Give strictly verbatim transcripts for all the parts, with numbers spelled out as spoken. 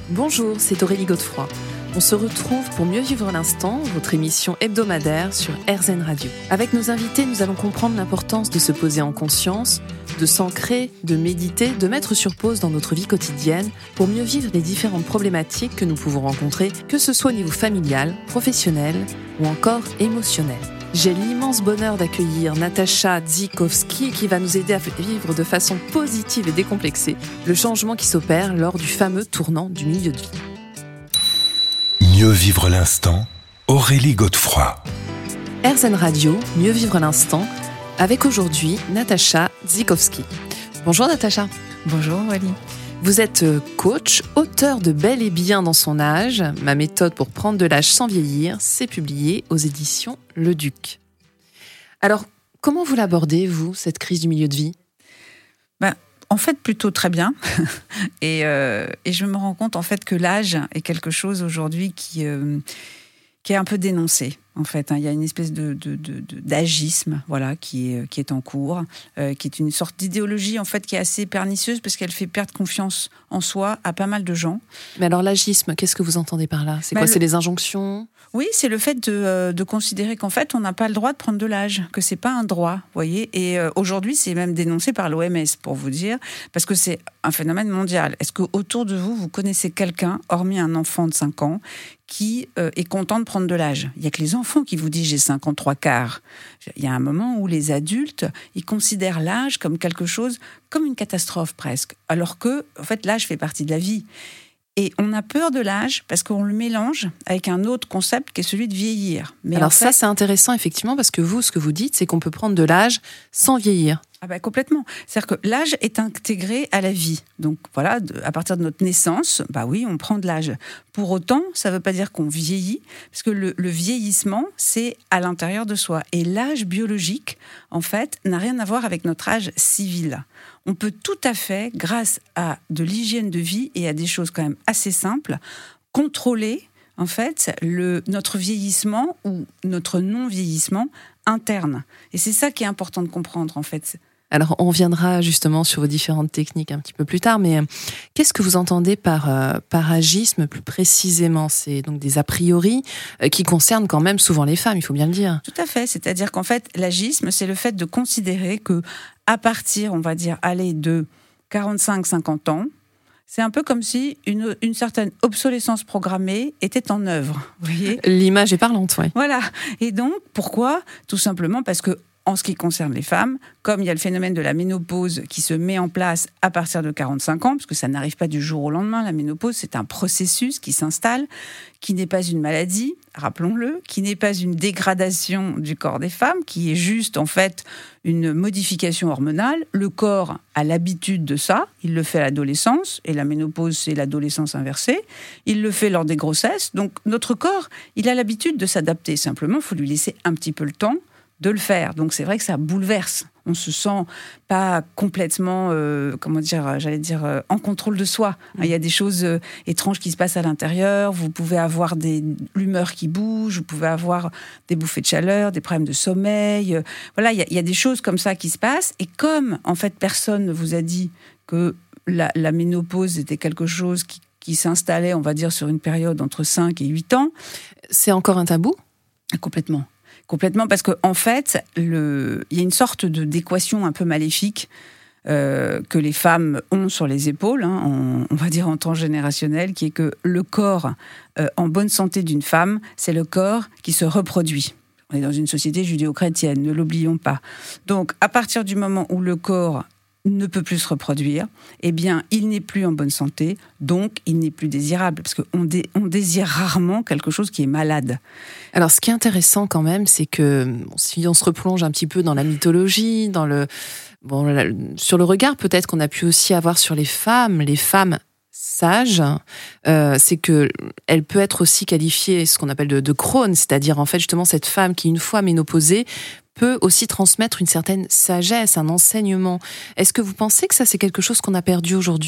Bonjour, c'est Aurélie Godefroy. On se retrouve pour mieux vivre l'instant, votre émission hebdomadaire sur R Z N Radio. Avec nos invités, nous allons comprendre l'importance de se poser en conscience, de s'ancrer, de méditer, de mettre sur pause dans notre vie quotidienne pour mieux vivre les différentes problématiques que nous pouvons rencontrer, que ce soit au niveau familial, professionnel ou encore émotionnel. J'ai l'immense bonheur d'accueillir Natacha Dzikowski qui va nous aider à vivre de façon positive et décomplexée le changement qui s'opère lors du fameux tournant du milieu de vie. Mieux vivre l'instant, Aurélie Godefroy. R Z N Radio, Mieux vivre l'instant, avec aujourd'hui Natacha Dzikowski. Bonjour Natacha. Bonjour Aurélie. Vous êtes coach, auteur de Bel et bien dans son âge. Ma méthode pour prendre de l'âge sans vieillir, c'est publié aux éditions Le Duc. Alors, comment vous l'abordez, vous, cette crise du milieu de vie ? Ben, en fait, plutôt très bien. et, euh, et je me rends compte, en fait, que l'âge est quelque chose aujourd'hui qui, euh, qui est un peu dénoncé. En fait, hein, il y a une espèce de, de, de, de d'agisme, voilà, qui est qui est en cours, euh, qui est une sorte d'idéologie en fait qui est assez pernicieuse parce qu'elle fait perdre confiance en soi à pas mal de gens. Mais alors l'agisme, qu'est-ce que vous entendez par là ? C'est bah, quoi ? Le... C'est les injonctions ? Oui, c'est le fait de, euh, de considérer qu'en fait on n'a pas le droit de prendre de l'âge, que c'est pas un droit, vous voyez. Et euh, aujourd'hui, c'est même dénoncé par l'O M S pour vous dire, parce que c'est un phénomène mondial. Est-ce que autour de vous, vous connaissez quelqu'un, hormis un enfant de cinq ans, qui euh, est content de prendre de l'âge ? Il y a que les enfants qui vous disent j'ai cinquante-trois quarts. Il y a un moment où les adultes, ils considèrent l'âge comme quelque chose, comme une catastrophe presque, alors que en fait l'âge fait partie de la vie. Et on a peur de l'âge parce qu'on le mélange avec un autre concept qui est celui de vieillir. Mais alors en fait, ça c'est intéressant effectivement parce que vous, ce que vous dites, c'est qu'on peut prendre de l'âge sans vieillir. Ah ben complètement. C'est-à-dire que l'âge est intégré à la vie. Donc voilà, à partir de notre naissance, bah oui, on prend de l'âge. Pour autant, ça ne veut pas dire qu'on vieillit, parce que le, le vieillissement, c'est à l'intérieur de soi. Et l'âge biologique, en fait, n'a rien à voir avec notre âge civil. On peut tout à fait, grâce à de l'hygiène de vie et à des choses quand même assez simples, contrôler en fait le, notre vieillissement ou notre non-vieillissement interne. Et c'est ça qui est important de comprendre en fait. Alors, on reviendra justement sur vos différentes techniques un petit peu plus tard, mais qu'est-ce que vous entendez par, euh, par agisme plus précisément ? C'est donc des a priori euh, qui concernent quand même souvent les femmes, il faut bien le dire. Tout à fait, c'est-à-dire qu'en fait, l'agisme, c'est le fait de considérer que à partir, on va dire, aller de quarante-cinq à cinquante ans, c'est un peu comme si une, une certaine obsolescence programmée était en œuvre. Vous voyez ? L'image est parlante, oui. Voilà. Et donc, pourquoi ? Tout simplement parce que en ce qui concerne les femmes, comme il y a le phénomène de la ménopause qui se met en place à partir de quarante-cinq ans, parce que ça n'arrive pas du jour au lendemain, la ménopause, c'est un processus qui s'installe, qui n'est pas une maladie, rappelons-le, qui n'est pas une dégradation du corps des femmes, qui est juste, en fait, une modification hormonale. Le corps a l'habitude de ça, il le fait à l'adolescence, et la ménopause, c'est l'adolescence inversée. Il le fait lors des grossesses. Donc, notre corps, il a l'habitude de s'adapter. Simplement, il faut lui laisser un petit peu le temps de le faire. Donc c'est vrai que ça bouleverse. On se sent pas complètement, euh, comment dire, j'allais dire, euh, en contrôle de soi. Mmh. Il y a des choses euh, étranges qui se passent à l'intérieur. Vous pouvez avoir des l'humeur qui bouge. Vous pouvez avoir des bouffées de chaleur, des problèmes de sommeil. Euh, voilà, il y, a, il y a des choses comme ça qui se passent. Et comme en fait personne ne vous a dit que la, la ménopause était quelque chose qui, qui s'installait, on va dire, sur une période entre cinq et huit ans. C'est encore un tabou ? Complètement. Complètement, parce qu'en en fait, le... il y a une sorte de, d'équation un peu maléfique euh, que les femmes ont sur les épaules, hein, en, on va dire en temps générationnel, qui est que le corps euh, en bonne santé d'une femme, c'est le corps qui se reproduit. On est dans une société judéo-chrétienne, ne l'oublions pas. Donc, à partir du moment où le corps ne peut plus se reproduire, eh bien, il n'est plus en bonne santé, donc il n'est plus désirable, parce qu'on dé- on désire rarement quelque chose qui est malade. Alors, ce qui est intéressant quand même, c'est que bon, si on se replonge un petit peu dans la mythologie, dans le, bon, la, sur le regard peut-être qu'on a pu aussi avoir sur les femmes, les femmes sages, euh, c'est que elle peut être aussi qualifiée, ce qu'on appelle de, de crone, c'est-à-dire en fait justement cette femme qui, une fois ménopausée, peut aussi transmettre une certaine sagesse, un enseignement. Est-ce que vous pensez que ça, c'est quelque chose qu'on a perdu aujourd'hui ?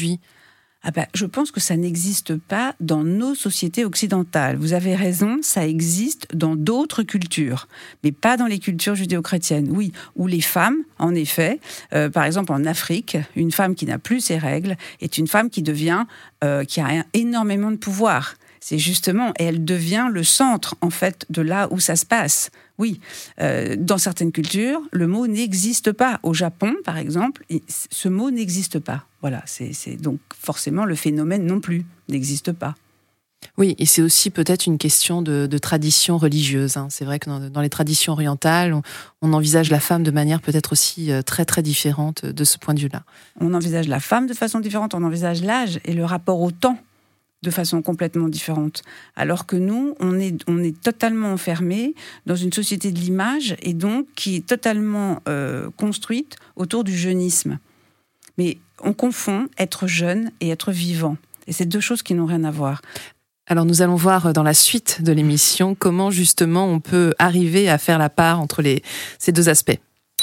Ah ben, je pense que ça n'existe pas dans nos sociétés occidentales. Vous avez raison, ça existe dans d'autres cultures, mais pas dans les cultures judéo-chrétiennes. Oui, où les femmes, en effet, euh, par exemple en Afrique, une femme qui n'a plus ses règles est une femme qui devient, euh, qui a énormément de pouvoir. C'est justement, et elle devient le centre, en fait, de là où ça se passe. Oui, euh, dans certaines cultures, le mot n'existe pas. Au Japon, par exemple, ce mot n'existe pas. Voilà, c'est, c'est donc forcément le phénomène non plus n'existe pas. Oui, et c'est aussi peut-être une question de, de tradition religieuse. Hein. C'est vrai que dans, dans les traditions orientales, on, on envisage la femme de manière peut-être aussi très très différente de ce point de vue-là. On envisage la femme de façon différente, on envisage l'âge et le rapport au temps de façon complètement différente. Alors que nous, on est, on est totalement enfermés dans une société de l'image et donc qui est totalement euh, construite autour du jeunisme. Mais on confond être jeune et être vivant. Et c'est deux choses qui n'ont rien à voir. Alors nous allons voir dans la suite de l'émission comment justement on peut arriver à faire la part entre les, ces deux aspects.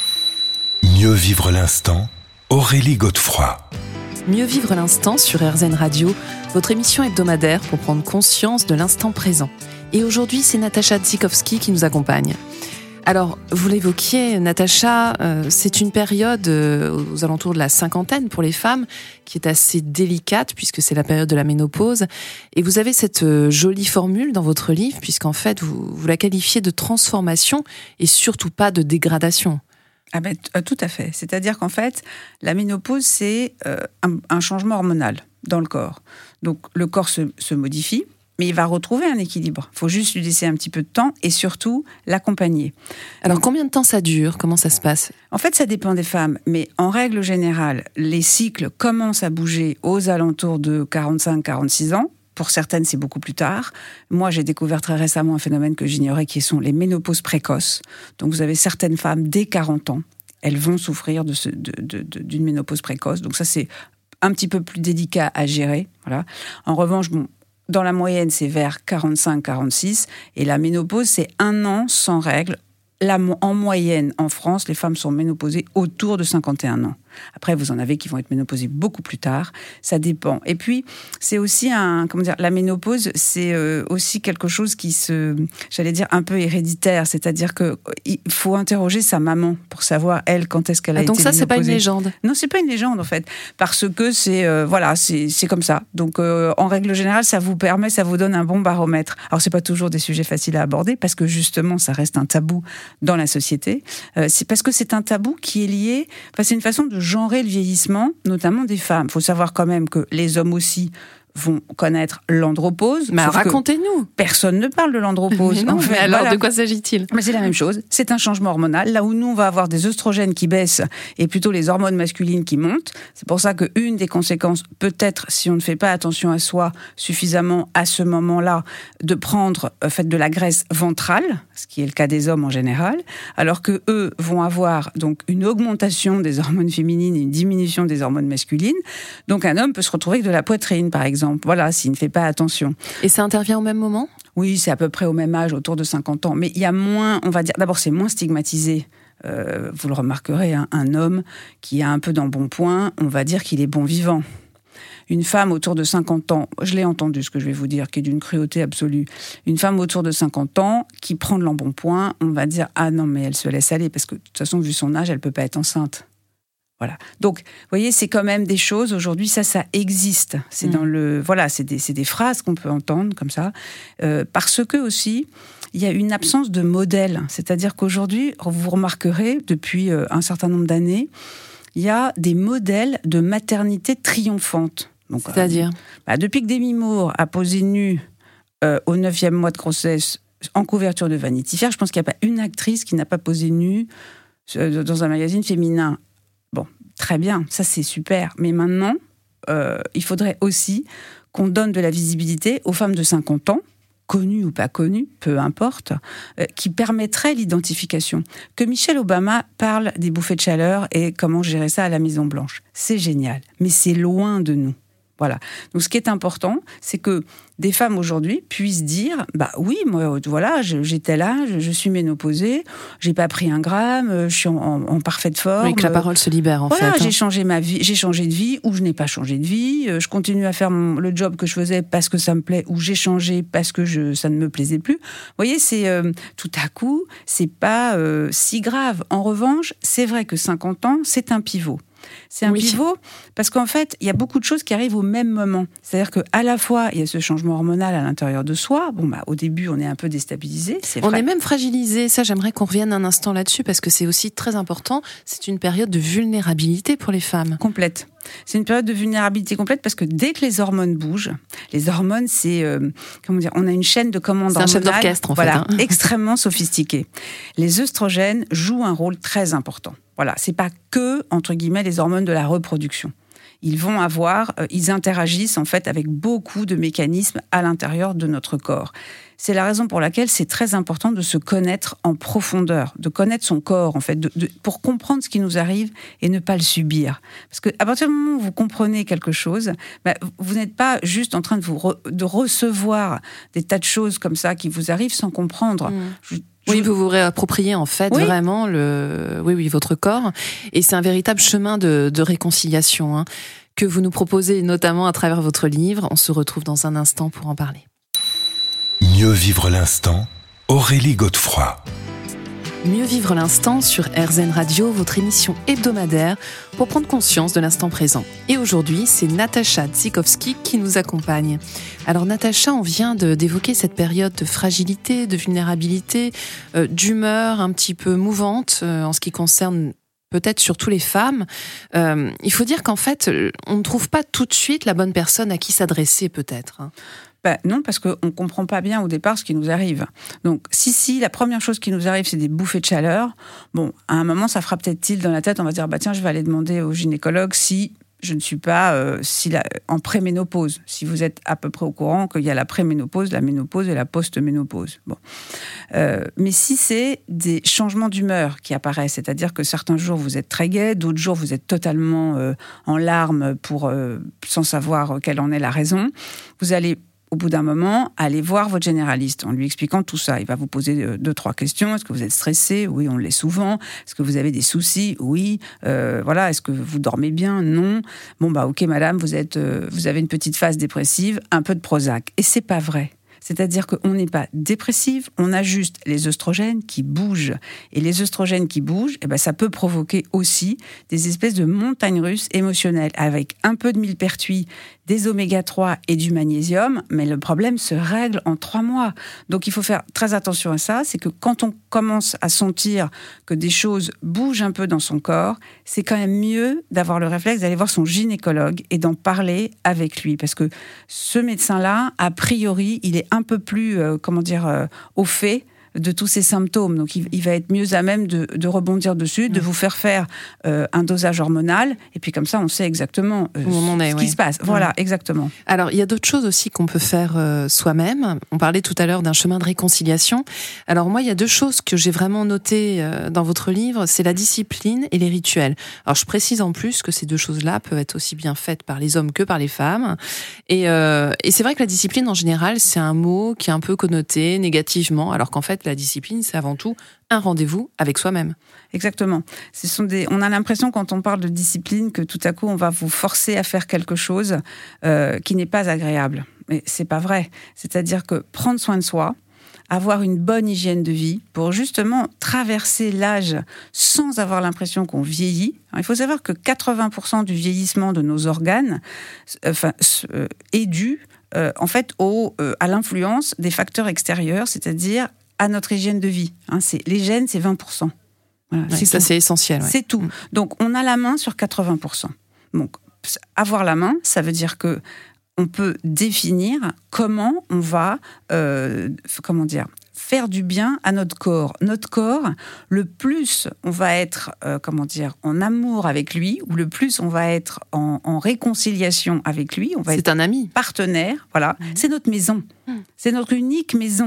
Mieux vivre l'instant, Aurélie Godefroy. Mieux vivre l'instant sur R Z N Radio, votre émission hebdomadaire pour prendre conscience de l'instant présent. Et aujourd'hui, c'est Natacha Tsikowski qui nous accompagne. Alors, vous l'évoquiez, Natacha, euh, c'est une période euh, aux alentours de la cinquantaine pour les femmes qui est assez délicate puisque c'est la période de la ménopause. Et vous avez cette euh, jolie formule dans votre livre puisqu'en fait, vous, vous la qualifiez de transformation et surtout pas de dégradation. Ah ben, t- tout à fait. C'est-à-dire qu'en fait, la ménopause, c'est euh, un, un changement hormonal dans le corps. Donc, le corps se, se modifie, mais il va retrouver un équilibre. Il faut juste lui laisser un petit peu de temps et surtout l'accompagner. Alors, combien de temps ça dure ? Comment ça se passe ? En fait, ça dépend des femmes, mais en règle générale, les cycles commencent à bouger aux alentours de quarante-cinq à quarante-six ans. Pour certaines, c'est beaucoup plus tard. Moi, j'ai découvert très récemment un phénomène que j'ignorais, qui sont les ménopauses précoces. Donc, vous avez certaines femmes, dès quarante ans, elles vont souffrir de ce, de, de, de, d'une ménopause précoce. Donc, ça, c'est un petit peu plus délicat à gérer. Voilà. En revanche, bon, dans la moyenne, c'est vers quarante-cinq à quarante-six. Et la ménopause, c'est un an sans règles. Là, en moyenne, en France, les femmes sont ménopausées autour de cinquante et un ans. Après, vous en avez qui vont être ménopausées beaucoup plus tard. Ça dépend. Et puis, c'est aussi un, comment dire, la ménopause, c'est euh, aussi quelque chose qui se, j'allais dire, un peu héréditaire. C'est-à-dire que il faut interroger sa maman pour savoir, elle, quand est-ce qu'elle a ah, été donc ça, ménopausée. c'est pas une légende. Non, c'est pas une légende, en fait. Parce que c'est, euh, voilà, c'est, c'est comme ça. Donc, euh, en règle générale, ça vous permet, ça vous donne un bon baromètre. Alors, c'est pas toujours des sujets faciles à aborder parce que, justement, ça reste un tabou dans la société. Euh, c'est parce que c'est un tabou qui est lié, enfin, c'est une façon de genrer le vieillissement, notamment des femmes. Il faut savoir quand même que les hommes aussi vont connaître l'andropause. Mais racontez-nous. Personne ne parle de l'andropause. Mais non, en fait, mais alors voilà. De quoi s'agit-il ? Mais c'est la même chose. C'est un changement hormonal. Là où nous, on va avoir des œstrogènes qui baissent et plutôt les hormones masculines qui montent. C'est pour ça qu'une des conséquences, peut-être, si on ne fait pas attention à soi suffisamment à ce moment-là, de prendre euh, fait, de la graisse ventrale, ce qui est le cas des hommes en général, alors que eux vont avoir donc une augmentation des hormones féminines et une diminution des hormones masculines. Donc un homme peut se retrouver avec de la poitrine, par exemple. Voilà, s'il ne fait pas attention. Et ça intervient au même moment ? Oui, c'est à peu près au même âge, autour de cinquante ans. Mais il y a moins, on va dire, d'abord c'est moins stigmatisé. Euh, vous le remarquerez, hein, un homme qui a un peu d'embonpoint, on va dire qu'il est bon vivant. Une femme autour de cinquante ans, je l'ai entendu ce que je vais vous dire, qui est d'une cruauté absolue. Une femme autour de cinquante ans qui prend de l'embonpoint, on va dire « Ah non, mais elle se laisse aller, parce que de toute façon, vu son âge, elle ne peut pas être enceinte. » Voilà. Donc, vous voyez, c'est quand même des choses, aujourd'hui, ça, ça existe. C'est mmh. dans le, voilà, c'est des, c'est des phrases qu'on peut entendre comme ça. Euh, parce que aussi, il y a une absence de modèle. C'est-à-dire qu'aujourd'hui, vous remarquerez, depuis euh, un certain nombre d'années, il y a des modèles de maternité triomphante. Donc, c'est-à-dire euh, bah, depuis que Demi Moore a posé nue euh, au neuvième mois de grossesse en couverture de Vanity Fair, je pense qu'il n'y a pas une actrice qui n'a pas posé nue euh, dans un magazine féminin. Bon, très bien, ça c'est super. Mais maintenant, euh, il faudrait aussi qu'on donne de la visibilité aux femmes de cinquante ans, connues ou pas connues, peu importe, euh, qui permettraient l'identification. Que Michelle Obama parle des bouffées de chaleur et comment gérer ça à la Maison-Blanche. C'est génial, mais c'est loin de nous. Voilà. Donc, ce qui est important, c'est que des femmes aujourd'hui puissent dire, bah oui, moi, voilà, j'étais là, je, je suis ménopausée, j'ai pas pris un gramme, je suis en, en, en parfaite forme. Oui, que la parole se libère, en voilà, fait. J'ai changé ma vie, j'ai changé de vie, ou je n'ai pas changé de vie, je continue à faire mon, le job que je faisais parce que ça me plaît, ou j'ai changé parce que je, ça ne me plaisait plus. Vous voyez, c'est, euh, tout à coup, c'est pas euh, si grave. En revanche, c'est vrai que cinquante ans, c'est un pivot. C'est un oui. pivot parce qu'en fait, il y a beaucoup de choses qui arrivent au même moment. C'est-à-dire qu'à la fois, il y a ce changement hormonal à l'intérieur de soi. Bon, bah, au début, on est un peu déstabilisé. C'est on vrai. est même fragilisé. Ça, j'aimerais qu'on revienne un instant là-dessus parce que c'est aussi très important. C'est une période de vulnérabilité pour les femmes. Complète. C'est une période de vulnérabilité complète parce que dès que les hormones bougent, les hormones, c'est euh, comment dire, on a une chaîne de commande hormonale. C'est un chef d'orchestre, en voilà, fait. Hein. Extrêmement sophistiquée. Les œstrogènes jouent un rôle très important. Voilà, c'est pas que entre guillemets les hormones de la reproduction. Ils vont avoir, euh, ils interagissent en fait avec beaucoup de mécanismes à l'intérieur de notre corps. C'est la raison pour laquelle c'est très important de se connaître en profondeur, de connaître son corps en fait, de, de, pour comprendre ce qui nous arrive et ne pas le subir. Parce que à partir du moment où vous comprenez quelque chose, bah, vous n'êtes pas juste en train de vous re, de recevoir des tas de choses comme ça qui vous arrivent sans comprendre. Mmh. Je, Oui, vous vous réappropriez en fait oui. vraiment le, oui, oui, votre corps, et c'est un véritable chemin de, de réconciliation hein, que vous nous proposez notamment à travers votre livre. On se retrouve dans un instant pour en parler. Mieux vivre l'instant, Aurélie Godefroy. Mieux vivre l'instant sur R Z N Radio, votre émission hebdomadaire pour prendre conscience de l'instant présent. Et aujourd'hui, c'est Natacha Dzikowski qui nous accompagne. Alors Natacha, on vient de, d'évoquer cette période de fragilité, de vulnérabilité, euh, d'humeur un petit peu mouvante euh, en ce qui concerne peut-être surtout les femmes. Euh, il faut dire qu'en fait, on ne trouve pas tout de suite la bonne personne à qui s'adresser peut-être. Hein. Ben non, parce qu'on ne comprend pas bien au départ ce qui nous arrive. Donc, si, si, la première chose qui nous arrive, c'est des bouffées de chaleur, bon, à un moment, ça fera peut-être tilt dans la tête, on va dire, bah tiens, je vais aller demander au gynécologue si je ne suis pas euh, si la, en préménopause, si vous êtes à peu près au courant qu'il y a la préménopause, la ménopause et la post-ménopause. Bon. Euh, mais si c'est des changements d'humeur qui apparaissent, c'est-à-dire que certains jours, vous êtes très gai, d'autres jours, vous êtes totalement euh, en larmes pour, euh, sans savoir quelle en est la raison, vous allez au bout d'un moment, allez voir votre généraliste en lui expliquant tout ça. Il va vous poser deux, trois questions. Est-ce que vous êtes stressé ? Oui, on l'est souvent. Est-ce que vous avez des soucis ? Oui. Euh, voilà. Est-ce que vous dormez bien ? Non. Bon, bah, ok, madame, vous êtes, euh, vous avez une petite phase dépressive, un peu de Prozac. Et c'est pas vrai. C'est-à-dire qu'on n'est pas dépressive, on a juste les œstrogènes qui bougent. Et les œstrogènes qui bougent, eh ben, ça peut provoquer aussi des espèces de montagnes russes émotionnelles, avec un peu de millepertuis, des oméga trois et du magnésium, mais le problème se règle en trois mois. Donc il faut faire très attention à ça, c'est que quand on commence à sentir que des choses bougent un peu dans son corps, c'est quand même mieux d'avoir le réflexe d'aller voir son gynécologue et d'en parler avec lui. Parce que ce médecin-là, a priori, il est un peu plus, euh, comment dire, euh, au fait de tous ces symptômes. Donc, il, il va être mieux à même de, de rebondir dessus, de mmh. vous faire faire euh, un dosage hormonal, et puis comme ça, on sait exactement euh, on est, ce oui. qui se passe. Voilà, mmh. exactement. Alors, il y a d'autres choses aussi qu'on peut faire euh, soi-même. On parlait tout à l'heure d'un chemin de réconciliation. Alors moi, il y a deux choses que j'ai vraiment notées euh, dans votre livre, c'est la discipline et les rituels. Alors, je précise en plus que ces deux choses-là peuvent être aussi bien faites par les hommes que par les femmes. Et, euh, et c'est vrai que la discipline, en général, c'est un mot qui est un peu connoté négativement, alors qu'en fait, la discipline, c'est avant tout un rendez-vous avec soi-même. Exactement. Ce sont des... On a l'impression, quand on parle de discipline, que tout à coup, on va vous forcer à faire quelque chose euh, qui n'est pas agréable. Mais c'est pas vrai. C'est-à-dire que prendre soin de soi, avoir une bonne hygiène de vie pour justement traverser l'âge sans avoir l'impression qu'on vieillit. Il faut savoir que quatre-vingts pour cent du vieillissement de nos organes euh, enfin, euh, est dû euh, en fait au, euh, à l'influence des facteurs extérieurs, c'est-à-dire à notre hygiène de vie. Hein, c'est, les gènes, c'est vingt pour cent. Voilà, ouais, c'est ça, tout. c'est essentiel. Ouais. C'est tout. Mmh. Donc, on a la main sur quatre-vingts pour cent. Donc, avoir la main, ça veut dire que on peut définir comment on va, euh, comment dire, faire du bien à notre corps. Notre corps, le plus on va être, euh, comment dire, en amour avec lui, ou le plus on va être en, en réconciliation avec lui, on va c'est être un ami, partenaire. Voilà, mmh. c'est notre maison, mmh. c'est notre unique maison.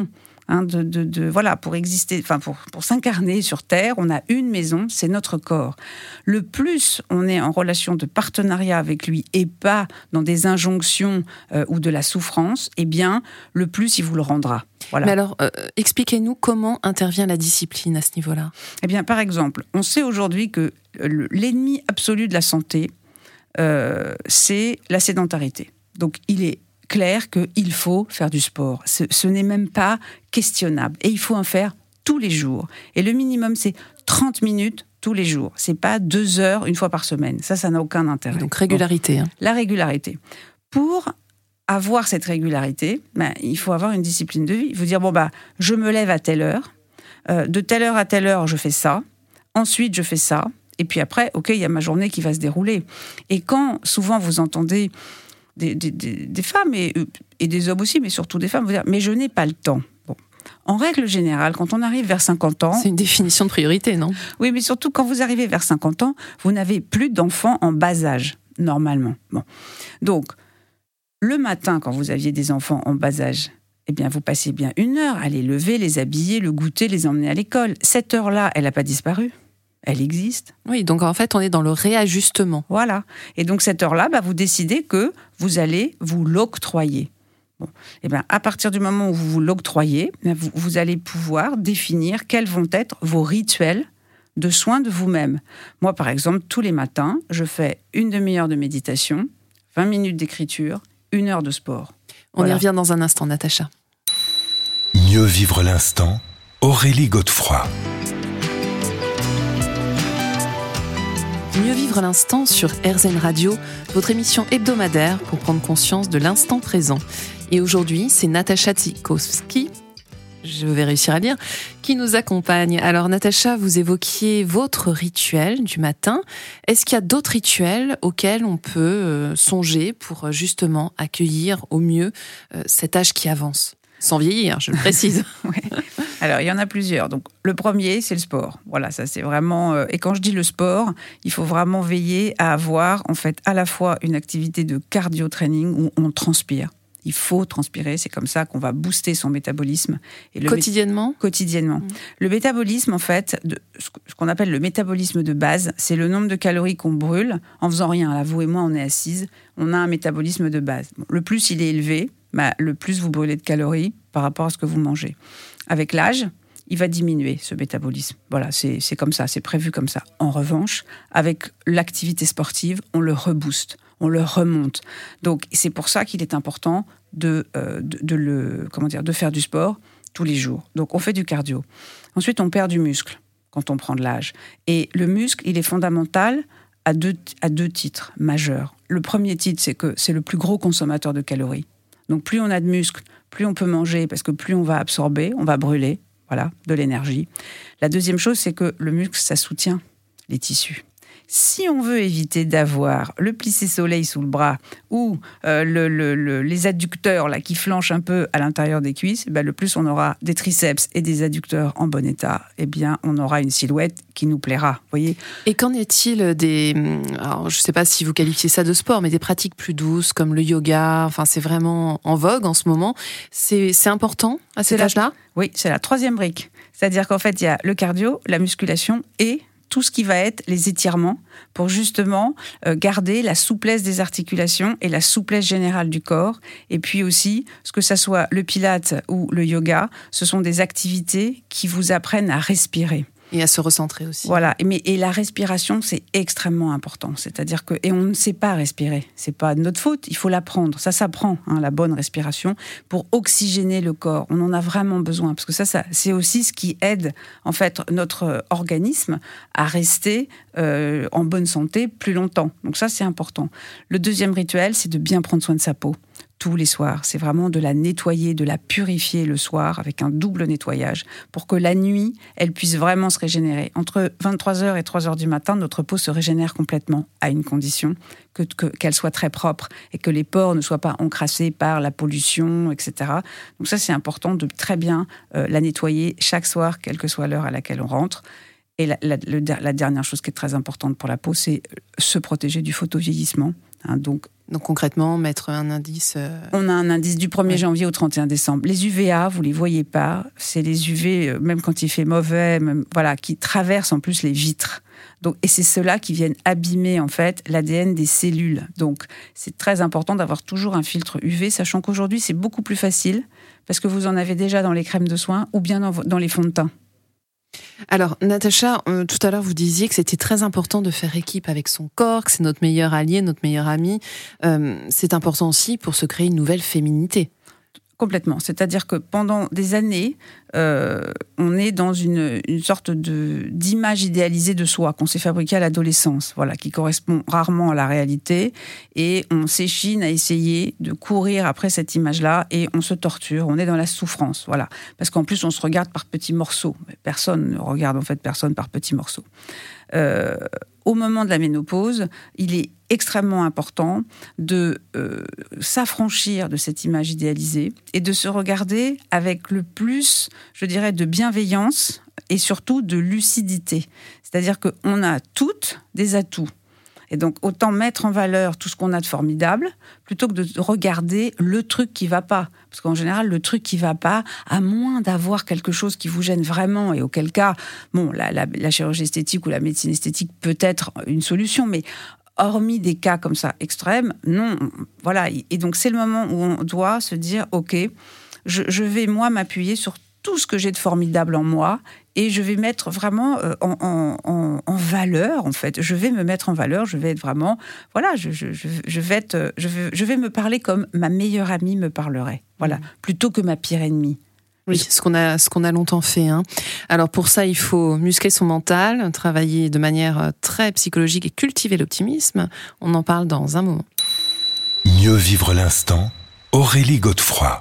Hein, de, de, de, voilà, pour exister, enfin pour, pour s'incarner sur Terre, on a une maison, c'est notre corps. Le plus on est en relation de partenariat avec lui et pas dans des injonctions euh, ou de la souffrance, eh bien, le plus il vous le rendra. Voilà. Mais alors, euh, expliquez-nous comment intervient la discipline à ce niveau-là. Eh bien, par exemple, on sait aujourd'hui que l'ennemi absolu de la santé, euh, c'est la sédentarité. Donc, il est clair qu'il faut faire du sport. Ce, ce n'est même pas questionnable. Et il faut en faire tous les jours. Et le minimum, c'est trente minutes tous les jours. C'est pas deux heures une fois par semaine. Ça, ça n'a aucun intérêt. Et donc, régularité. Bon, hein. La régularité. Pour avoir cette régularité, ben, il faut avoir une discipline de vie. Il faut dire, bon, bah, je me lève à telle heure. Euh, de telle heure à telle heure, je fais ça. Ensuite, je fais ça. Et puis après, OK, il y a ma journée qui va se dérouler. Et quand, souvent, vous entendez Des, des, des femmes et, et des hommes aussi, mais surtout des femmes, vous dire, mais je n'ai pas le temps. Bon. En règle générale, quand on arrive vers cinquante ans... C'est une définition de priorité, non ? Oui, mais surtout quand vous arrivez vers cinquante ans, vous n'avez plus d'enfants en bas âge, normalement. Bon. Donc, le matin, quand vous aviez des enfants en bas âge, eh bien, vous passez bien une heure à les lever, les habiller, le goûter, les emmener à l'école. Cette heure-là, elle n'a pas disparu. Elle existe. Oui, donc en fait, on est dans le réajustement. Voilà. Et donc, cette heure-là, bah, vous décidez que vous allez vous l'octroyer. Bon. Et bien, à partir du moment où vous vous l'octroyez, vous, vous allez pouvoir définir quels vont être vos rituels de soins de vous-même. Moi, par exemple, tous les matins, je fais une demi-heure de méditation, vingt minutes d'écriture, une heure de sport. On voilà. y revient dans un instant, Natacha. Mieux vivre l'instant, Aurélie Godefroy. Mieux vivre l'instant sur R Z N Radio, votre émission hebdomadaire pour prendre conscience de l'instant présent. Et aujourd'hui, c'est Natacha Tsikowski, je vais réussir à dire, qui nous accompagne. Alors Natacha, vous évoquiez votre rituel du matin. Est-ce qu'il y a d'autres rituels auxquels on peut euh, songer pour justement accueillir au mieux euh, cet âge qui avance ? Sans vieillir, je le précise. Ouais. Alors, il y en a plusieurs. Donc, le premier, c'est le sport. Voilà, ça c'est vraiment... Euh, et quand je dis le sport, il faut vraiment veiller à avoir, en fait, à la fois une activité de cardio-training où on transpire. Il faut transpirer, c'est comme ça qu'on va booster son métabolisme. Et le quotidiennement mé- Quotidiennement. Mmh. Le métabolisme, en fait, de, ce qu'on appelle le métabolisme de base, c'est le nombre de calories qu'on brûle en faisant rien. Là, vous et moi, on est assises, on a un métabolisme de base. Bon, le plus il est élevé, bah, le plus vous brûlez de calories par rapport à ce que vous mangez. Avec l'âge, il va diminuer, ce métabolisme. Voilà, c'est, c'est comme ça, c'est prévu comme ça. En revanche, avec l'activité sportive, on le rebooste, on le remonte. Donc, c'est pour ça qu'il est important de, euh, de, de, le, comment dire, de faire du sport tous les jours. Donc, on fait du cardio. Ensuite, on perd du muscle quand on prend de l'âge. Et le muscle, il est fondamental à deux, à deux titres majeurs. Le premier titre, c'est que c'est le plus gros consommateur de calories. Donc, plus on a de muscles, plus on peut manger, parce que plus on va absorber, on va brûler, voilà, de l'énergie. La deuxième chose, c'est que le muscle, ça soutient les tissus. Si on veut éviter d'avoir le plissé soleil sous le bras ou euh, le, le, le, les adducteurs là, qui flanchent un peu à l'intérieur des cuisses, ben, le plus on aura des triceps et des adducteurs en bon état, eh bien, on aura une silhouette qui nous plaira. Voyez. Et qu'en est-il des... Alors, je ne sais pas si vous qualifiez ça de sport, mais des pratiques plus douces comme le yoga, enfin, c'est vraiment en vogue en ce moment. C'est, c'est important à cet c'est âge-là la... Oui, c'est la troisième brique. C'est-à-dire qu'en fait, il y a le cardio, la musculation et tout ce qui va être les étirements pour justement euh, garder la souplesse des articulations et la souplesse générale du corps. Et puis aussi, ce que ça soit le pilate ou le yoga, ce sont des activités qui vous apprennent à respirer. Et à se recentrer aussi. Voilà, mais et la respiration, c'est extrêmement important. C'est-à-dire que et on ne sait pas respirer. C'est pas de notre faute. Il faut l'apprendre. Ça s'apprend, hein, la bonne respiration pour oxygéner le corps. On en a vraiment besoin parce que ça, ça c'est aussi ce qui aide en fait notre organisme à rester euh, en bonne santé plus longtemps. Donc ça, c'est important. Le deuxième rituel, c'est de bien prendre soin de sa peau. Tous les soirs. C'est vraiment de la nettoyer, de la purifier le soir avec un double nettoyage pour que la nuit, elle puisse vraiment se régénérer. Entre vingt-trois heures et trois heures du matin, notre peau se régénère complètement à une condition que, que, qu'elle soit très propre et que les pores ne soient pas encrassés par la pollution, et cetera. Donc ça, c'est important de très bien euh, la nettoyer chaque soir, quelle que soit l'heure à laquelle on rentre. Et la, la, le, la dernière chose qui est très importante pour la peau, c'est se protéger du photovieillissement. Hein, donc, Donc concrètement, mettre un indice... Euh... On a un indice du premier ouais. janvier au trente et un décembre. Les U V A, vous les voyez pas, c'est les U V, euh, même quand il fait mauvais, même, voilà, qui traversent en plus les vitres. Donc, et c'est ceux-là qui viennent abîmer en fait l'A D N des cellules. Donc c'est très important d'avoir toujours un filtre U V, sachant qu'aujourd'hui c'est beaucoup plus facile, parce que vous en avez déjà dans les crèmes de soins ou bien dans, dans les fonds de teint. Alors, Natacha, euh, tout à l'heure, vous disiez que c'était très important de faire équipe avec son corps, que c'est notre meilleur allié, notre meilleur ami. Euh, c'est important aussi pour se créer une nouvelle féminité. Complètement. C'est-à-dire que pendant des années, euh, on est dans une, une sorte de, d'image idéalisée de soi qu'on s'est fabriquée à l'adolescence, voilà, qui correspond rarement à la réalité. Et on s'échine à essayer de courir après cette image-là et on se torture, on est dans la souffrance, voilà. Parce qu'en plus, on se regarde par petits morceaux. Personne ne regarde en fait personne par petits morceaux. Euh, au moment de la ménopause, il est extrêmement important de euh, s'affranchir de cette image idéalisée et de se regarder avec le plus, je dirais, de bienveillance et surtout de lucidité. C'est-à-dire qu'on a toutes des atouts. Et donc, autant mettre en valeur tout ce qu'on a de formidable, plutôt que de regarder le truc qui ne va pas. Parce qu'en général, le truc qui ne va pas, à moins d'avoir quelque chose qui vous gêne vraiment, et auquel cas, bon, la, la, la chirurgie esthétique ou la médecine esthétique peut être une solution, mais hormis des cas comme ça extrêmes, non. Voilà. Et donc, c'est le moment où on doit se dire, OK, je, je vais, moi, m'appuyer sur tout ce que j'ai de formidable en moi, et je vais mettre vraiment euh, en, en, en valeur, en fait. Je vais me mettre en valeur, je vais être vraiment... Voilà, je, je, je, vais, être, je, vais, je vais me parler comme ma meilleure amie me parlerait. Voilà, mmh. plutôt que ma pire ennemie. Oui, ce qu'on a, ce qu'on a longtemps fait. Hein. Alors pour ça, il faut muscler son mental, travailler de manière très psychologique et cultiver l'optimisme. On en parle dans un moment. Mieux vivre l'instant, Aurélie Godefroy.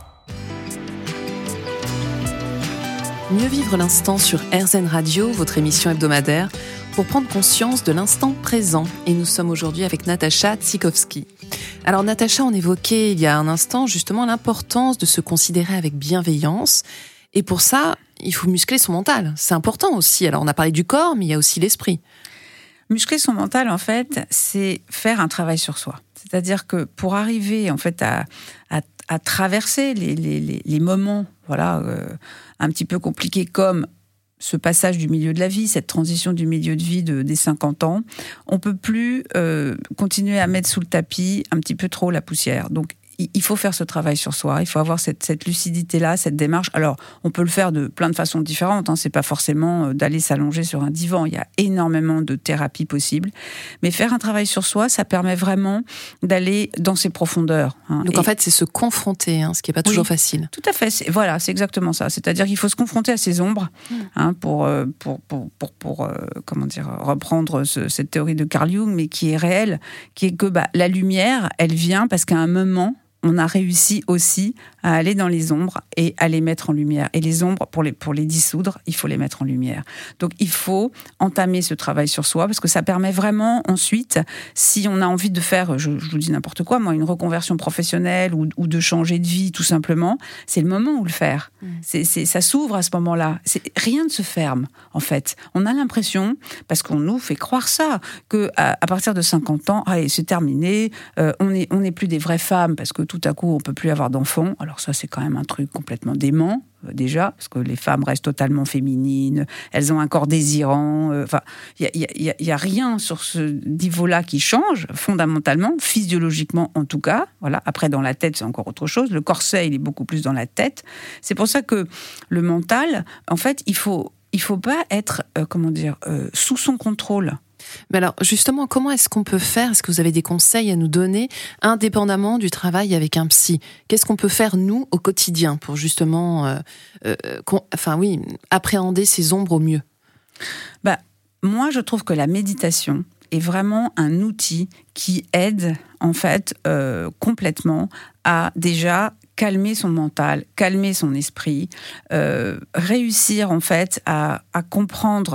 Mieux vivre l'instant sur R Z N Radio, votre émission hebdomadaire, pour prendre conscience de l'instant présent. Et nous sommes aujourd'hui avec Natacha Tsikowski. Alors Natacha, on évoquait il y a un instant justement l'importance de se considérer avec bienveillance. Et pour ça, il faut muscler son mental. C'est important aussi. Alors on a parlé du corps, mais il y a aussi l'esprit. Muscler son mental, en fait, c'est faire un travail sur soi. C'est-à-dire que pour arriver en fait à, à, à traverser les, les, les, les moments, voilà, euh, un petit peu compliqués comme ce passage du milieu de la vie, cette transition du milieu de vie de, des cinquante ans, on peut plus euh, continuer à mettre sous le tapis un petit peu trop la poussière. Donc il faut faire ce travail sur soi, il faut avoir cette, cette lucidité-là, cette démarche. Alors, on peut le faire de plein de façons différentes, hein. C'est pas forcément d'aller s'allonger sur un divan, il y a énormément de thérapies possibles. Mais faire un travail sur soi, ça permet vraiment d'aller dans ses profondeurs. Hein. Donc Et... en fait, c'est se confronter, hein, ce qui n'est pas toujours oui, facile. Tout à fait, c'est, voilà, c'est exactement ça. C'est-à-dire qu'il faut se confronter à ses ombres, mmh. hein, pour, pour, pour, pour, pour euh, comment dire, reprendre ce, cette théorie de Carl Jung, mais qui est réelle, qui est que bah, la lumière, elle vient parce qu'à un moment, on a réussi aussi à aller dans les ombres et à les mettre en lumière. Et les ombres, pour les, pour les dissoudre, il faut les mettre en lumière. Donc, il faut entamer ce travail sur soi parce que ça permet vraiment ensuite, si on a envie de faire, je, je vous dis n'importe quoi, moi, une reconversion professionnelle ou, ou de changer de vie, tout simplement, c'est le moment où le faire. Mmh. C'est, c'est, ça s'ouvre à ce moment-là. C'est, rien ne se ferme, en fait. On a l'impression, parce qu'on nous fait croire ça, qu'à à partir de cinquante ans, allez, c'est terminé, euh, on n'est on est plus des vraies femmes parce que tout à coup, on peut plus avoir d'enfants. Alors ça, c'est quand même un truc complètement dément, euh, déjà, parce que les femmes restent totalement féminines, elles ont un corps désirant. Enfin, euh, il y a, y, a, y a rien sur ce niveau-là qui change, fondamentalement, physiologiquement en tout cas. Voilà. Après, dans la tête, c'est encore autre chose. Le corset, il est beaucoup plus dans la tête. C'est pour ça que le mental, en fait, il faut, il faut pas être, euh, comment dire, euh, sous son contrôle. Mais alors, justement, comment est-ce qu'on peut faire ? Est-ce que vous avez des conseils à nous donner, indépendamment du travail avec un psy ? Qu'est-ce qu'on peut faire, nous, au quotidien, pour justement, euh, euh, enfin oui, appréhender ces ombres au mieux ? Bah, moi, je trouve que la méditation est vraiment un outil qui aide, en fait, euh, complètement à déjà calmer son mental, calmer son esprit, euh, réussir, en fait, à, à comprendre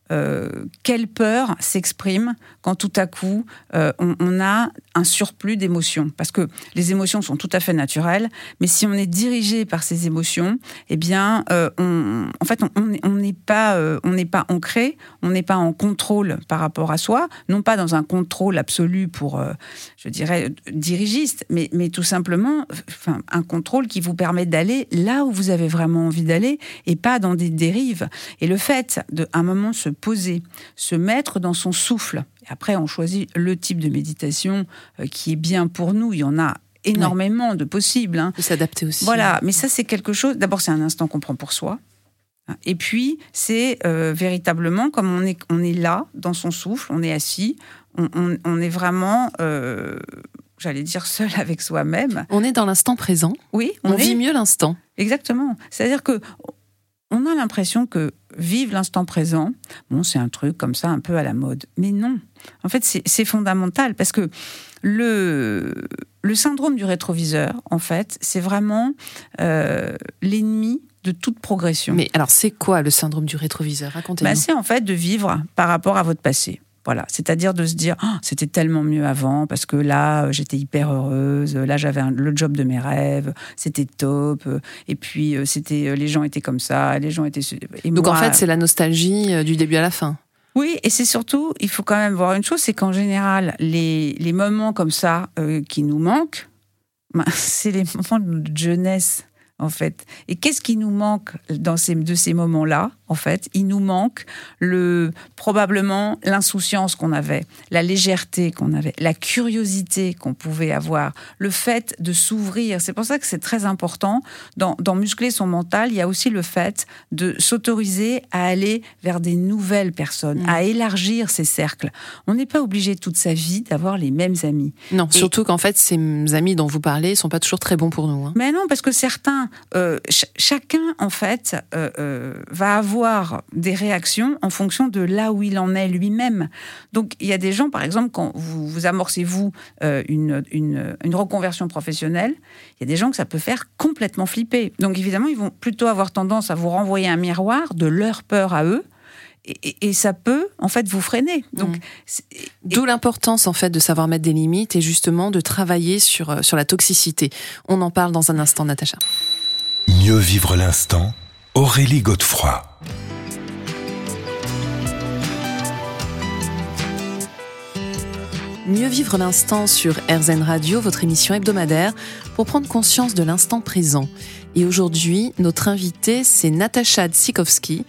euh, quelle peur s'exprime quand tout à coup euh, on, on a un surplus d'émotions. Parce que les émotions sont tout à fait naturelles, mais si on est dirigé par ces émotions, eh bien, euh, on, en fait, on n'est pas, euh, on n'est pas ancré, on n'est pas en contrôle par rapport à soi, non pas dans un contrôle absolu pour, euh, je dirais, dirigiste, mais, mais tout simplement, enfin, un contrôle qui vous permet d'aller là où vous avez vraiment envie d'aller et pas dans des dérives. Et le fait de, à un moment, se poser, se mettre dans son souffle. Et après, on choisit le type de méditation euh, qui est bien pour nous. Il y en a énormément ouais. de possibles. Hein. Il faut s'adapter aussi. Voilà, mais ça, c'est quelque chose... D'abord, c'est un instant qu'on prend pour soi. Et puis, c'est euh, véritablement comme on est, on est là, dans son souffle, on est assis, on, on, on est vraiment... Euh, j'allais dire seul avec soi-même. On est dans l'instant présent. Oui. On, on est... vit mieux l'instant. Exactement. C'est-à-dire que on a l'impression que vivre l'instant présent, bon, c'est un truc comme ça un peu à la mode. Mais non. En fait, c'est, c'est fondamental parce que le, le syndrome du rétroviseur, en fait, c'est vraiment euh, l'ennemi de toute progression. Mais alors, c'est quoi le syndrome du rétroviseur ? Racontez-nous. Bah, c'est en fait de vivre par rapport à votre passé. Voilà, c'est-à-dire de se dire oh, c'était tellement mieux avant parce que là j'étais hyper heureuse, là j'avais un, le job de mes rêves, c'était top, et puis c'était les gens étaient comme ça, les gens étaient et donc moi, en fait c'est la nostalgie du début à la fin. Oui, et c'est surtout il faut quand même voir une chose, c'est qu'en général les les moments comme ça euh, qui nous manquent, ben, c'est les moments de notre jeunesse. En fait. Et qu'est-ce qui nous manque dans ces, de ces moments-là, en fait ? Il nous manque le, probablement l'insouciance qu'on avait, la légèreté qu'on avait, la curiosité qu'on pouvait avoir, le fait de s'ouvrir. C'est pour ça que c'est très important. Dans, dans muscler son mental, il y a aussi le fait de s'autoriser à aller vers des nouvelles personnes, mmh. à élargir ses cercles. On n'est pas obligé toute sa vie d'avoir les mêmes amis. Non, Et, surtout qu'en fait, ces amis dont vous parlez ne sont pas toujours très bons pour nous. Hein. Mais non, parce que certains Euh, ch- chacun, en fait, euh, euh, va avoir des réactions en fonction de là où il en est lui-même. Donc, il y a des gens, par exemple, quand vous, vous amorcez, vous, euh, une, une, une reconversion professionnelle, il y a des gens que ça peut faire complètement flipper. Donc, évidemment, ils vont plutôt avoir tendance à vous renvoyer un miroir de leur peur à eux. Et, et ça peut, en fait, vous freiner. Donc, mmh. D'où l'importance, en fait, de savoir mettre des limites et justement de travailler sur, sur la toxicité. On en parle dans un instant, Natacha. Mieux vivre l'instant, Aurélie Godefroy. Mieux vivre l'instant sur R Z N Radio, votre émission hebdomadaire, pour prendre conscience de l'instant présent. Et aujourd'hui, notre invitée, c'est Natacha Tsikowski.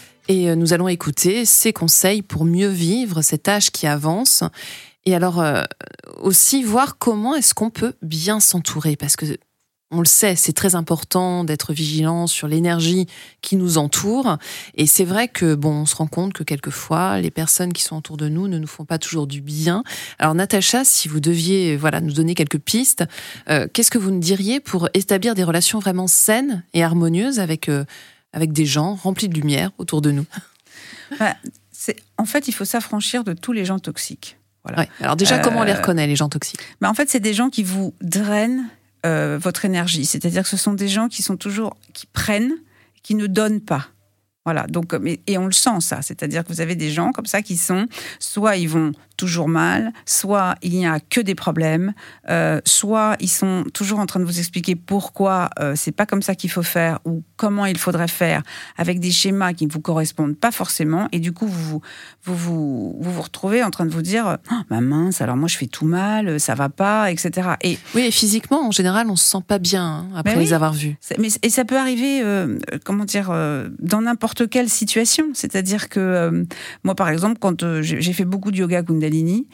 Et nous allons écouter ses conseils pour mieux vivre cet âge qui avance. Et alors, euh, aussi voir comment est-ce qu'on peut bien s'entourer. Parce que, on le sait, c'est très important d'être vigilant sur l'énergie qui nous entoure. Et c'est vrai que, bon, on se rend compte que quelquefois, les personnes qui sont autour de nous ne nous font pas toujours du bien. Alors, Natacha, si vous deviez, voilà, nous donner quelques pistes, euh, qu'est-ce que vous nous diriez pour établir des relations vraiment saines et harmonieuses avec... Euh, avec des gens remplis de lumière autour de nous. Bah, c'est, en fait, il faut s'affranchir de tous les gens toxiques. Voilà. Ouais. Alors déjà, euh, comment on les reconnaît, les gens toxiques ? Bah, en fait, c'est des gens qui vous drainent euh, votre énergie. C'est-à-dire que ce sont des gens qui sont toujours, qui prennent, qui ne donnent pas. Voilà. Donc, et on le sent, ça. C'est-à-dire que vous avez des gens comme ça qui sont, soit ils vont toujours mal, soit il n'y a que des problèmes, euh, soit ils sont toujours en train de vous expliquer pourquoi euh, c'est pas comme ça qu'il faut faire ou comment il faudrait faire, avec des schémas qui ne vous correspondent pas forcément, et du coup vous vous vous, vous, vous retrouvez en train de vous dire oh, bah mince, alors moi je fais tout mal, ça va pas, et cetera. Et oui, et physiquement en général on se sent pas bien hein, après les oui, avoir vus. Mais et ça peut arriver, euh, comment dire, euh, dans n'importe quelle situation. C'est-à-dire que euh, moi par exemple quand euh, j'ai, j'ai fait beaucoup de yoga Kundalini,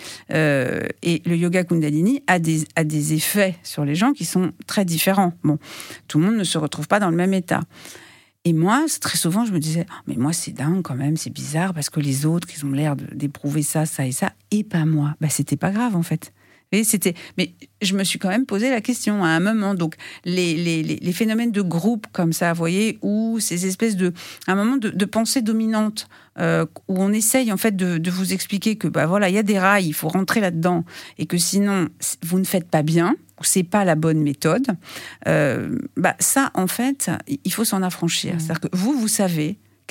Euh, et le yoga Kundalini a des, a des effets sur les gens qui sont très différents. Bon, tout le monde ne se retrouve pas dans le même état. Et moi, très souvent, je me disais, oh, mais moi, c'est dingue quand même, c'est bizarre, parce que les autres, ils ont l'air de, d'éprouver ça, ça et ça, et pas moi. Bah, c'était pas grave, en fait. Et c'était... Mais je me suis quand même posé la question à un moment. Donc, les, les, les phénomènes de groupe comme ça, vous voyez, ou ces espèces de... un moment de, de pensée dominante, euh, où on essaye, en fait, de, de vous expliquer que, bah voilà, il y a des rails, il faut rentrer là-dedans, et que sinon, vous ne faites pas bien, ou c'est pas la bonne méthode. Euh, bah ça, en fait, il faut s'en affranchir. Mmh. C'est-à-dire que vous, vous savez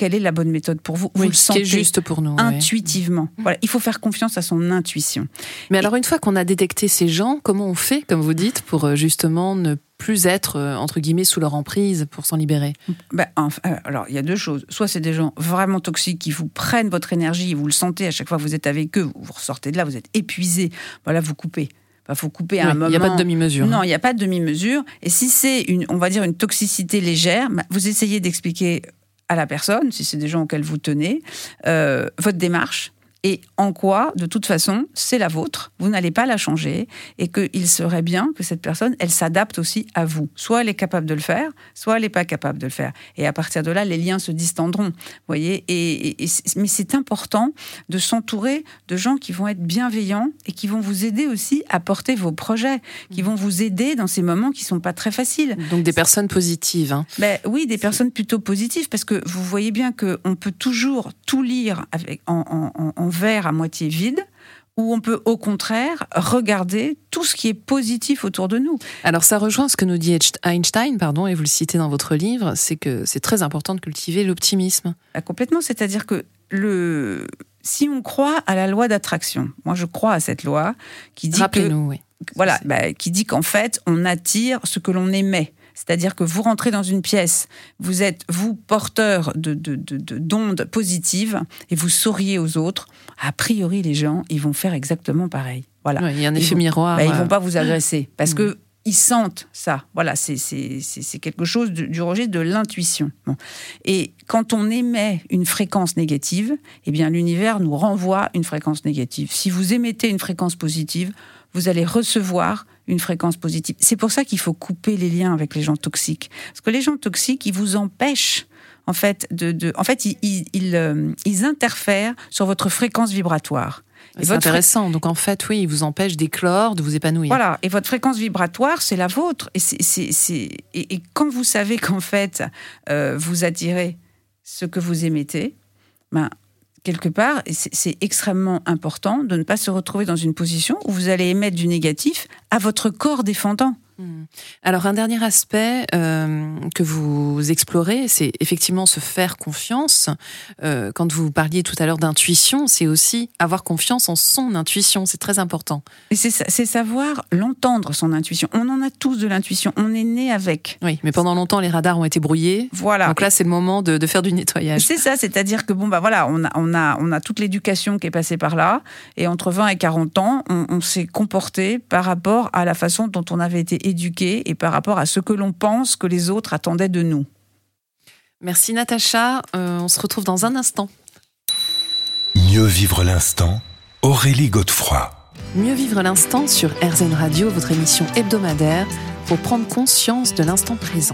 quelle est la bonne méthode pour vous. Oui, vous le ce sentez qui est juste pour nous. intuitivement. Oui. Voilà, il faut faire confiance à son intuition. Mais Et... alors, une fois qu'on a détecté ces gens, comment on fait, comme vous dites, pour justement ne plus être, entre guillemets, sous leur emprise, pour s'en libérer? ben, enfin, Alors, il y a deux choses. Soit c'est des gens vraiment toxiques qui vous prennent votre énergie, vous le sentez à chaque fois que vous êtes avec eux, vous ressortez de là, vous êtes épuisé. Voilà, vous coupez. Il faut couper à oui, un moment. Il n'y a pas de demi-mesure. Non, il n'y a pas de demi-mesure. Et si c'est, une, on va dire, une toxicité légère, vous essayez d'expliquer à la personne, si c'est des gens auxquels vous tenez, euh, votre démarche. Et en quoi, de toute façon, c'est la vôtre, vous n'allez pas la changer, et qu'il serait bien que cette personne, elle s'adapte aussi à vous. Soit elle est capable de le faire, soit elle n'est pas capable de le faire. Et à partir de là, les liens se distendront. Vous voyez, et, et, et, mais c'est important de s'entourer de gens qui vont être bienveillants et qui vont vous aider aussi à porter vos projets, qui vont vous aider dans ces moments qui ne sont pas très faciles. Donc des personnes positives. Hein. Ben, oui, des personnes plutôt positives, parce que vous voyez bien qu'on peut toujours tout lire avec, en, en, en verre à moitié vide, ou on peut au contraire regarder tout ce qui est positif autour de nous. Alors ça rejoint ce que nous dit Einstein, pardon, et vous le citez dans votre livre, c'est que c'est très important de cultiver l'optimisme. Ah, complètement, c'est-à-dire que le... si on croit à la loi d'attraction, moi je crois à cette loi qui dit Rappelez-nous, que, oui. Voilà, bah, qui dit qu'en fait on attire ce que l'on émet. C'est-à-dire que vous rentrez dans une pièce, vous êtes, vous, porteur de, de, de, de, d'ondes positives et vous souriez aux autres. A priori, les gens, ils vont faire exactement pareil. Voilà. Ouais, il y a un effet vont, miroir. Bah, ils ne vont pas vous agresser parce mmh. que ils sentent ça. Voilà, c'est, c'est, c'est, c'est quelque chose du, du registre de l'intuition. Bon. Et quand on émet une fréquence négative, eh bien, l'univers nous renvoie une fréquence négative. Si vous émettez une fréquence positive, vous allez recevoir une fréquence positive. C'est pour ça qu'il faut couper les liens avec les gens toxiques. Parce que les gens toxiques, ils vous empêchent, en fait, de... de en fait, ils, ils, ils, euh, ils interfèrent sur votre fréquence vibratoire. Et c'est intéressant. Fré... Donc, en fait, oui, ils vous empêchent d'éclore, de vous épanouir. Voilà. Et votre fréquence vibratoire, c'est la vôtre. Et, c'est, c'est, c'est... et, et quand vous savez qu'en fait, euh, vous attirez ce que vous émettez, ben... quelque part, c'est, c'est extrêmement important de ne pas se retrouver dans une position où vous allez émettre du négatif à votre corps défendant. Alors, un dernier aspect euh, que vous explorez, c'est effectivement se faire confiance. Euh, quand vous parliez tout à l'heure d'intuition, c'est aussi avoir confiance en son intuition. C'est très important. Et c'est, c'est savoir l'entendre, son intuition. On en a tous de l'intuition. On est né avec. Oui, mais pendant longtemps, les radars ont été brouillés. Voilà. Donc là, c'est le moment de, de faire du nettoyage. C'est ça, c'est-à-dire que bon, bah voilà, on a, on a, on a toute l'éducation qui est passée par là. Et entre vingt et quarante ans, on, on s'est comporté par rapport à la façon dont on avait été éduqué et par rapport à ce que l'on pense que les autres attendaient de nous. Merci Natacha, euh, on se retrouve dans un instant. Mieux vivre l'instant, Aurélie Godefroy. Mieux vivre l'instant sur R Z N Radio, votre émission hebdomadaire pour prendre conscience de l'instant présent.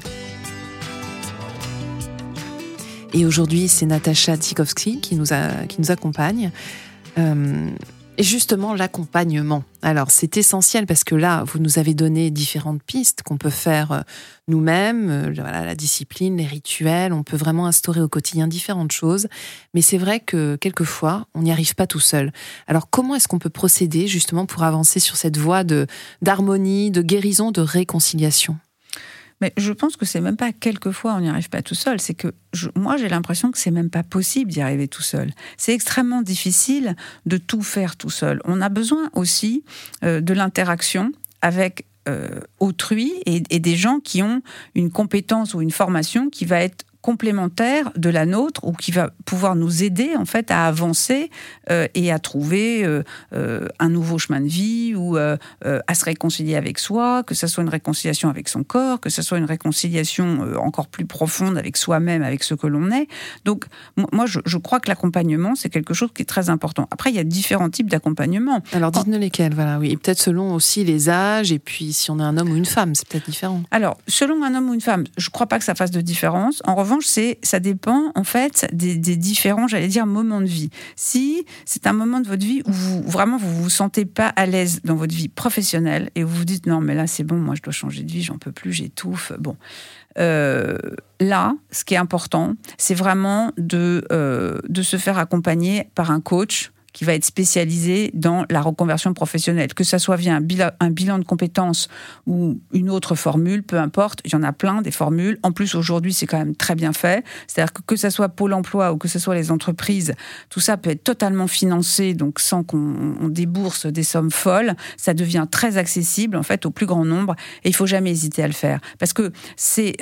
Et aujourd'hui, c'est Natacha Tsikowski qui nous, a, qui nous accompagne. Euh, Et justement, l'accompagnement. Alors, c'est essentiel parce que là, vous nous avez donné différentes pistes qu'on peut faire nous-mêmes, voilà, la discipline, les rituels, on peut vraiment instaurer au quotidien différentes choses. Mais c'est vrai que quelquefois, on n'y arrive pas tout seul. Alors, comment est-ce qu'on peut procéder justement pour avancer sur cette voie de, d'harmonie, de guérison, de réconciliation ? Mais je pense que c'est même pas quelquefois on n'y arrive pas tout seul, c'est que je, moi j'ai l'impression que c'est même pas possible d'y arriver tout seul. C'est extrêmement difficile de tout faire tout seul. On a besoin aussi euh, de l'interaction avec euh, autrui et, et des gens qui ont une compétence ou une formation qui va être complémentaire de la nôtre ou qui va pouvoir nous aider en fait à avancer euh, et à trouver euh, euh, un nouveau chemin de vie ou euh, euh, à se réconcilier avec soi, que ce soit une réconciliation avec son corps, que ce soit une réconciliation euh, encore plus profonde avec soi-même, avec ce que l'on est. Donc moi je, je crois que l'accompagnement c'est quelque chose qui est très important. Après il y a différents types d'accompagnement. Alors dites-nous lesquels, voilà, oui, et peut-être selon aussi les âges et puis si on est un homme ou une femme, c'est peut-être différent. Alors selon un homme ou une femme, je crois pas que ça fasse de différence. En revanche C'est, ça dépend en fait des, des différents, j'allais dire, moments de vie. Si c'est un moment de votre vie où vous, vraiment vous vous sentez pas à l'aise dans votre vie professionnelle et vous vous dites non mais là c'est bon, moi je dois changer de vie, j'en peux plus, j'étouffe. Bon, euh, là, ce qui est important, c'est vraiment de euh, de se faire accompagner par un coach qui va être spécialisé dans la reconversion professionnelle. Que ça soit via un bilan, un bilan de compétences ou une autre formule, peu importe, il y en a plein des formules. En plus, aujourd'hui, c'est quand même très bien fait. C'est-à-dire que que ça soit Pôle emploi ou que ce soit les entreprises, tout ça peut être totalement financé, donc sans qu'on on débourse des sommes folles. Ça devient très accessible, en fait, au plus grand nombre. Et il ne faut jamais hésiter à le faire. Parce que c'est...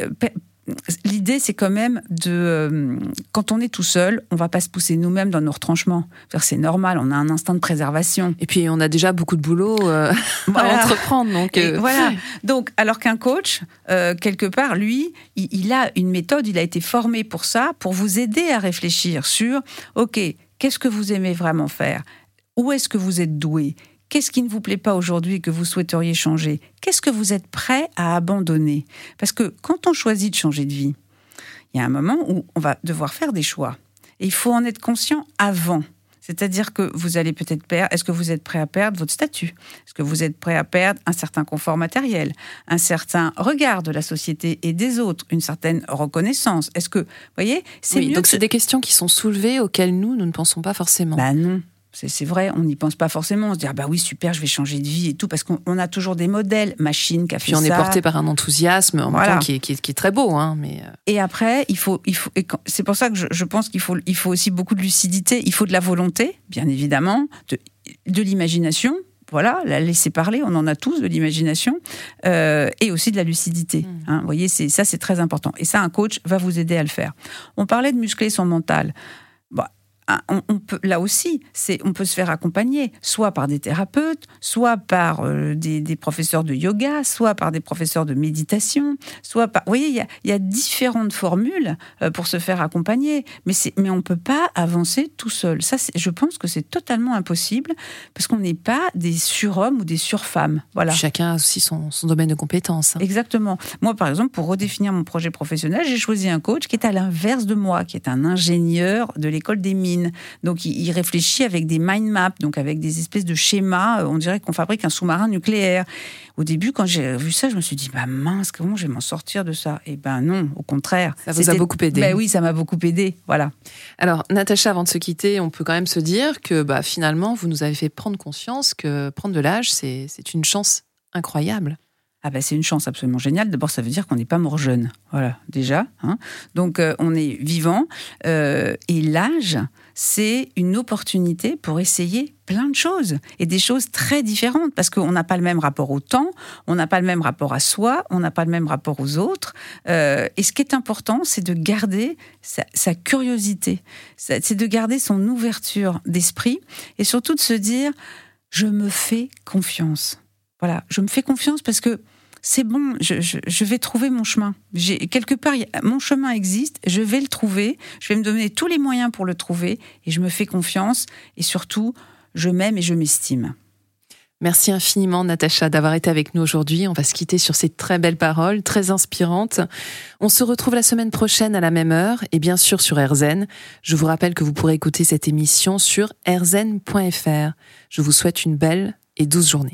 L'idée, c'est quand même de... Euh, quand on est tout seul, on ne va pas se pousser nous-mêmes dans nos retranchements. C'est normal, on a un instinct de préservation. Et puis, on a déjà beaucoup de boulot euh, voilà. à entreprendre. Donc, euh... voilà. Donc, alors qu'un coach, euh, quelque part, lui, il, il a une méthode, il a été formé pour ça, pour vous aider à réfléchir sur, OK, qu'est-ce que vous aimez vraiment faire ? Où est-ce que vous êtes doué ? Qu'est-ce qui ne vous plaît pas aujourd'hui et que vous souhaiteriez changer ? Qu'est-ce que vous êtes prêt à abandonner ? Parce que quand on choisit de changer de vie, il y a un moment où on va devoir faire des choix. Et il faut en être conscient avant. C'est-à-dire que vous allez peut-être perdre... Est-ce que vous êtes prêt à perdre votre statut ? Est-ce que vous êtes prêt à perdre un certain confort matériel ? Un certain regard de la société et des autres ? Une certaine reconnaissance ? Est-ce que... Vous voyez, c'est oui, mieux donc que... c'est des questions qui sont soulevées auxquelles nous, nous ne pensons pas forcément. Bah non. C'est, c'est vrai, on n'y pense pas forcément. On se dit, ah bah oui, super, je vais changer de vie et tout, parce qu'on on a toujours des modèles. Machine qui a fait Puis on ça. est porté par un enthousiasme, en voilà. même temps, qui est, qui est, qui est très beau. Hein, mais... Et après, il faut, il faut, et quand, c'est pour ça que je, je pense qu'il faut, il faut aussi beaucoup de lucidité. Il faut de la volonté, bien évidemment, de, de l'imagination. Voilà, la laisser parler, on en a tous de l'imagination, euh, et aussi de la lucidité. Mmh. Hein, vous voyez, c'est, ça, c'est très important. Et ça, un coach va vous aider à le faire. On parlait de muscler son mental. Bon, On, on peut, là aussi, c'est, on peut se faire accompagner, soit par des thérapeutes, soit par euh, des, des professeurs de yoga, soit par des professeurs de méditation, soit par... Vous voyez, il y a, y a différentes formules euh, pour se faire accompagner, mais, c'est, mais on ne peut pas avancer tout seul. Ça, c'est, je pense que c'est totalement impossible, parce qu'on n'est pas des surhommes ou des surfemmes. Voilà. Chacun a aussi son, son domaine de compétences. Hein. Exactement. Moi, par exemple, pour redéfinir mon projet professionnel, j'ai choisi un coach qui est à l'inverse de moi, qui est un ingénieur de l'école des mines. Donc, il réfléchit avec des mind maps, donc avec des espèces de schémas. On dirait qu'on fabrique un sous-marin nucléaire. Au début, quand j'ai vu ça, je me suis dit, bah mince, comment je vais m'en sortir de ça ? Eh ben non, au contraire. Ça vous a beaucoup aidé. Ben oui, ça m'a beaucoup aidé, voilà. Alors, Natacha, avant de se quitter, on peut quand même se dire que bah, finalement, vous nous avez fait prendre conscience que prendre de l'âge, c'est, c'est une chance incroyable. Ah ben c'est une chance absolument géniale. D'abord, ça veut dire qu'on n'est pas mort jeune. Voilà, déjà. Hein. Donc, euh, on est vivant. Euh, et l'âge, c'est une opportunité pour essayer plein de choses. Et des choses très différentes. Parce qu'on n'a pas le même rapport au temps, on n'a pas le même rapport à soi, on n'a pas le même rapport aux autres. Euh, et ce qui est important, c'est de garder sa, sa curiosité. C'est de garder son ouverture d'esprit. Et surtout de se dire, je me fais confiance. Voilà, je me fais confiance parce que c'est bon, je, je, je vais trouver mon chemin. J'ai, quelque part, y a, mon chemin existe, je vais le trouver, je vais me donner tous les moyens pour le trouver et je me fais confiance et surtout, je m'aime et je m'estime. Merci infiniment, Natacha, d'avoir été avec nous aujourd'hui. On va se quitter sur ces très belles paroles, très inspirantes. On se retrouve la semaine prochaine à la même heure et bien sûr sur AirZen. Je vous rappelle que vous pourrez écouter cette émission sur airzen point f r. Je vous souhaite une belle et douce journée.